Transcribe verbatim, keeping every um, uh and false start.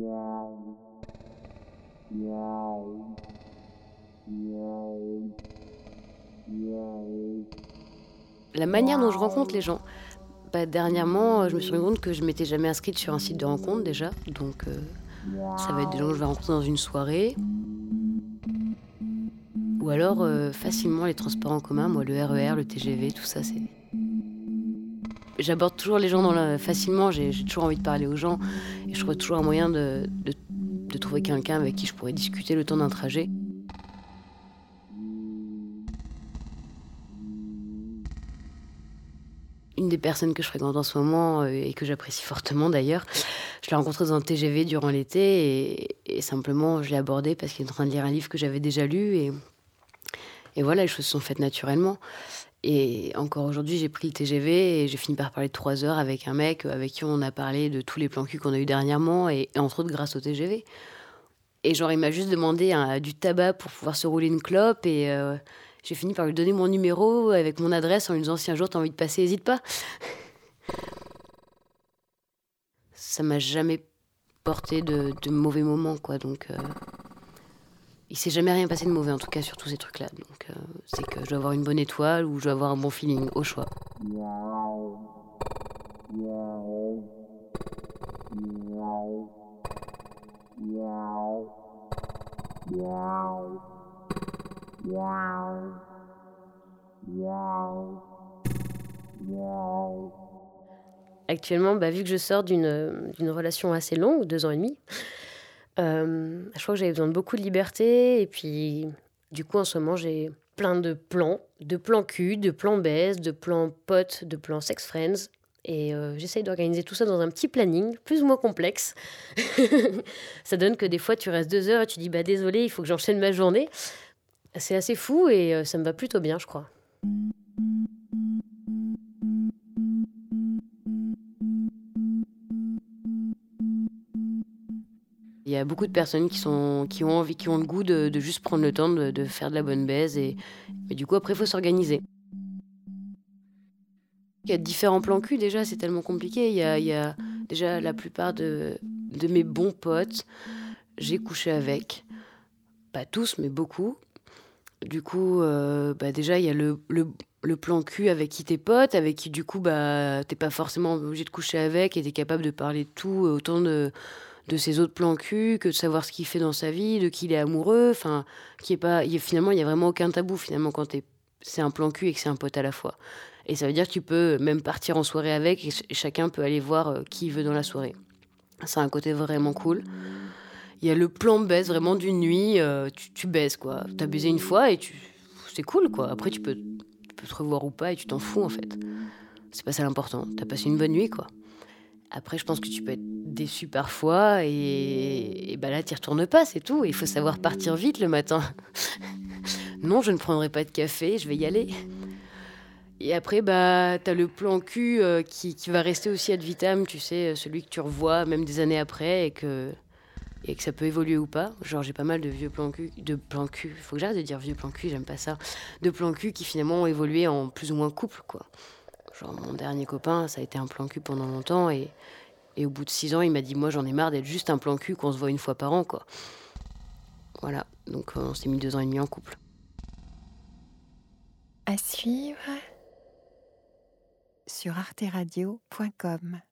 La manière dont je rencontre les gens, bah, dernièrement, je me suis rendu compte que je m'étais jamais inscrite sur un site de rencontre déjà, donc euh, ça va être des gens que je vais rencontrer dans une soirée, ou alors euh, facilement les transports en commun, moi le R E R, le T G V, tout ça, c'est... J'aborde toujours les gens dans la... facilement, j'ai, j'ai toujours envie de parler aux gens, et je trouve toujours un moyen de, de, de trouver quelqu'un avec qui je pourrais discuter le temps d'un trajet. Une des personnes que je fréquente en ce moment, euh, et que j'apprécie fortement d'ailleurs, je l'ai rencontrée dans un T G V durant l'été, et, et simplement je l'ai abordée parce qu'il est en train de lire un livre que j'avais déjà lu, et, et voilà, les choses se sont faites naturellement. Et encore aujourd'hui, j'ai pris le T G V et j'ai fini par parler de trois heures avec un mec avec qui on a parlé de tous les plans cul qu'on a eu dernièrement, et, et entre autres grâce au T G V. Et genre, il m'a juste demandé un, du tabac pour pouvoir se rouler une clope, et euh, j'ai fini par lui donner mon numéro avec mon adresse en lui disant si un jour t'as envie de passer, hésite pas. Ça m'a jamais porté de, de mauvais moments, quoi. Donc, euh, il s'est jamais rien passé de mauvais, en tout cas, sur tous ces trucs-là. Donc, euh, c'est que je dois avoir une bonne étoile ou je dois avoir un bon feeling, au choix. Actuellement, bah, vu que je sors d'une, d'une relation assez longue, deux ans et demi, euh, je crois que j'avais besoin de beaucoup de liberté. Et puis, du coup, en ce moment, j'ai plein de plans, de plans cul, de plans baise, de plans potes, de plans sex friends. Et euh, j'essaye d'organiser tout ça dans un petit planning, plus ou moins complexe. Ça donne que des fois, tu restes deux heures et tu dis bah désolé, il faut que j'enchaîne ma journée. C'est assez fou et euh, ça me va plutôt bien, je crois. Il y a beaucoup de personnes qui, sont, qui ont envie, qui ont le goût de, de juste prendre le temps de, de faire de la bonne baise. Et, et du coup, après, il faut s'organiser. Il y a différents plans cul, déjà, c'est tellement compliqué. Il y a, il y a déjà la plupart de, de mes bons potes, j'ai couché avec. Pas tous, mais beaucoup. Du coup, euh, bah déjà, il y a le, le, le plan cul avec qui t'es pote, avec qui, du coup, bah, t'es pas forcément obligé de coucher avec et t'es capable de parler de tout, autant de, de ses autres plans cul que de savoir ce qu'il fait dans sa vie, de qui il est amoureux. Enfin, qui est pas, il y a- finalement, il n'y a vraiment aucun tabou, finalement, quand t'es, c'est un plan cul et que c'est un pote à la fois. Et ça veut dire que tu peux même partir en soirée avec et, ch- et chacun peut aller voir euh, qui il veut dans la soirée. C'est un côté vraiment cool. Il y a le plan baise vraiment d'une nuit, euh, tu, tu baises quoi. T'as baisé une fois et tu... c'est cool quoi. Après tu peux, tu peux te revoir ou pas et tu t'en fous en fait. C'est pas ça l'important. T'as passé une bonne nuit quoi. Après je pense que tu peux être déçu parfois et, et bah là t'y retournes pas, c'est tout. Il faut savoir partir vite le matin. Non, je ne prendrai pas de café, je vais y aller. Et après, bah, t'as le plan cul euh, qui, qui va rester aussi ad vitam, tu sais, celui que tu revois même des années après et que, et que ça peut évoluer ou pas. Genre, j'ai pas mal de vieux plans cul, de plans cul, faut que j'arrête de dire vieux plans cul, j'aime pas ça, de plans cul qui finalement ont évolué en plus ou moins couple, quoi. Genre, mon dernier copain, ça a été un plan cul pendant longtemps et, et au bout de six ans, il m'a dit, moi, j'en ai marre d'être juste un plan cul qu'on se voit une fois par an, quoi. Voilà, donc on s'est mis deux ans et demi en couple. À suivre sur arte radio point com.